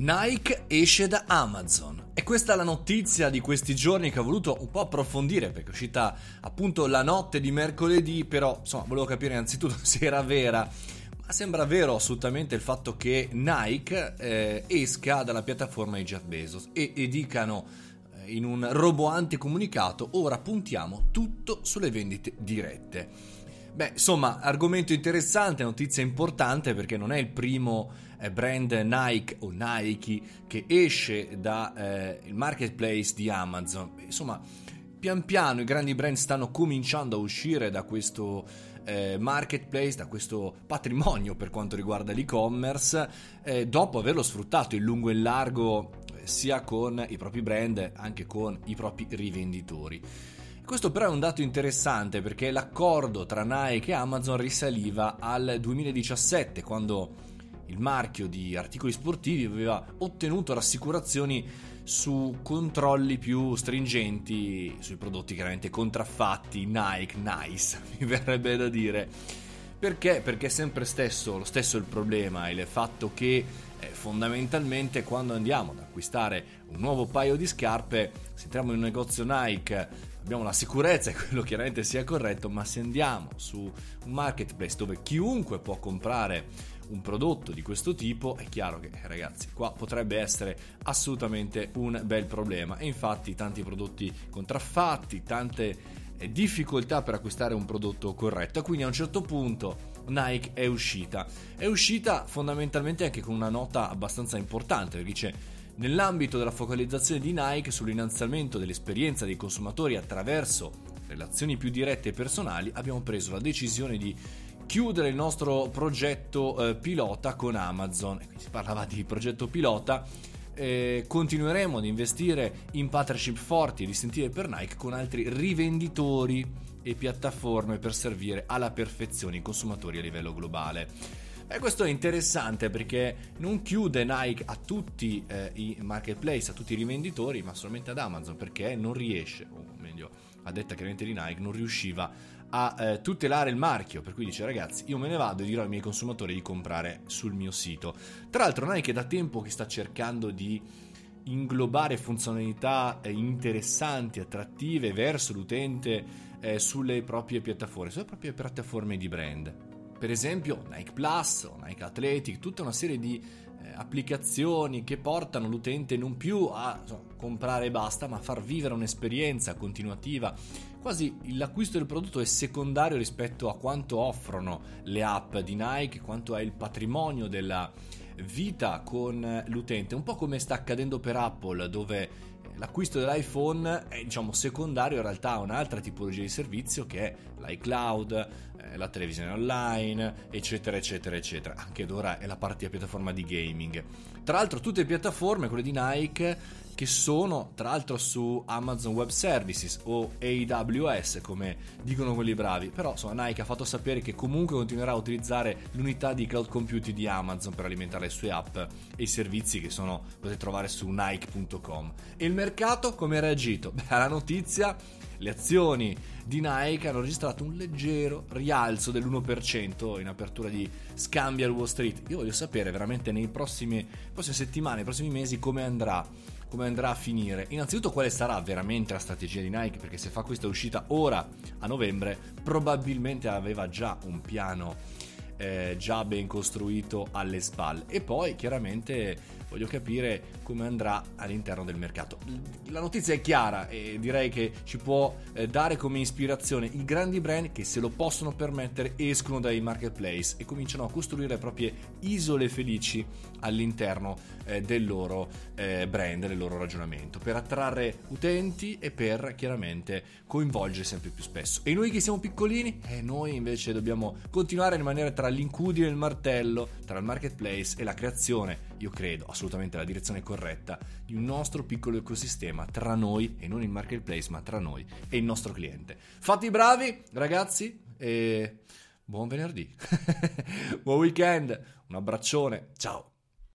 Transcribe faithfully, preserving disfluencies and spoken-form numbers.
Nike esce da Amazon e questa è la notizia di questi giorni che ho voluto un po' approfondire perché è uscita appunto la notte di mercoledì, però insomma volevo capire innanzitutto se era vera, ma sembra vero assolutamente il fatto che Nike eh, esca dalla piattaforma di Jeff Bezos e, e dicano eh, in un roboante comunicato: ora puntiamo tutto sulle vendite dirette. Beh, insomma, argomento interessante, notizia importante perché non è il primo eh, brand Nike o Nike che esce dal eh, marketplace di Amazon. Insomma, pian piano i grandi brand stanno cominciando a uscire da questo eh, marketplace, da questo patrimonio per quanto riguarda l'e-commerce, eh, dopo averlo sfruttato in lungo e in largo eh, sia con i propri brand, anche con i propri rivenditori. Questo però è un dato interessante perché l'accordo tra Nike e Amazon risaliva al duemiladiciassette, quando il marchio di articoli sportivi aveva ottenuto rassicurazioni su controlli più stringenti sui prodotti chiaramente contraffatti Nike, nice, mi verrebbe da dire. Perché? Perché è sempre stesso, lo stesso il problema, il fatto che eh, fondamentalmente quando andiamo ad acquistare un nuovo paio di scarpe, se entriamo in un negozio Nike abbiamo la sicurezza che quello chiaramente sia corretto, ma se andiamo su un marketplace dove chiunque può comprare un prodotto di questo tipo, è chiaro che ragazzi qua potrebbe essere assolutamente un bel problema. E infatti tanti prodotti contraffatti, tante difficoltà per acquistare un prodotto corretto, e quindi a un certo punto Nike è uscita è uscita fondamentalmente anche con una nota abbastanza importante, perché dice: nell'ambito della focalizzazione di Nike sull'innalzamento dell'esperienza dei consumatori attraverso relazioni più dirette e personali, abbiamo preso la decisione di chiudere il nostro progetto eh, pilota con Amazon. E quindi si parlava di progetto pilota. Eh, continueremo ad investire in partnership forti e distintive per Nike con altri rivenditori e piattaforme per servire alla perfezione i consumatori a livello globale. E questo è interessante perché non chiude Nike a tutti eh, i marketplace, a tutti i rivenditori, ma solamente ad Amazon, perché non riesce, o meglio, a detta chiaramente di Nike, non riusciva a eh, tutelare il marchio, per cui dice: ragazzi, io me ne vado e dirò ai miei consumatori di comprare sul mio sito. Tra l'altro Nike è da tempo che sta cercando di inglobare funzionalità eh, interessanti, attrattive verso l'utente eh, sulle proprie piattaforme, sulle proprie piattaforme di brand. Per esempio Nike Plus o Nike Athletic, tutta una serie di eh, applicazioni che portano l'utente non più a insomma, comprare e basta, ma a far vivere un'esperienza continuativa. Quasi l'acquisto del prodotto è secondario rispetto a quanto offrono le app di Nike, quanto è il patrimonio della vita con l'utente, un po' come sta accadendo per Apple, dove l'acquisto dell'iPhone è diciamo secondario in realtà a un'altra tipologia di servizio che è l'iCloud, eh, la televisione online, eccetera eccetera eccetera. Anche ad ora è la parte di piattaforma di gaming. Tra l'altro tutte piattaforme, quelle di Nike, che sono tra l'altro su Amazon Web Services o A W S come dicono quelli bravi. Però insomma Nike ha fatto sapere che comunque continuerà a utilizzare l'unità di cloud computing di Amazon per alimentare le sue app e i servizi che sono potete trovare su Nike punto com. E il mercato come ha reagito? Beh, alla notizia le azioni di Nike hanno registrato un leggero rialzo dell'uno per cento in apertura di scambi al Wall Street. Io voglio sapere veramente nei prossimi prossime settimane, nei prossimi mesi come andrà come andrà a finire. Innanzitutto quale sarà veramente la strategia di Nike, perché se fa questa uscita ora a novembre probabilmente aveva già un piano eh, già ben costruito alle spalle. E poi chiaramente voglio capire come andrà all'interno del mercato. La notizia è chiara e direi che ci può eh, dare come ispirazione i grandi brand che se lo possono permettere escono dai marketplace e cominciano a costruire le proprie isole felici all'interno eh, del loro eh, brand, del loro ragionamento, per attrarre utenti e per chiaramente coinvolgere sempre più spesso. E noi che siamo piccolini, eh, noi invece dobbiamo continuare a rimanere tra l'incudine e il martello, tra il marketplace e la creazione, io credo assolutamente la direzione corretta, di un nostro piccolo ecosistema tra noi, e non il marketplace ma tra noi e il nostro cliente. Fate i bravi ragazzi e buon venerdì. Buon weekend, un abbraccione, ciao.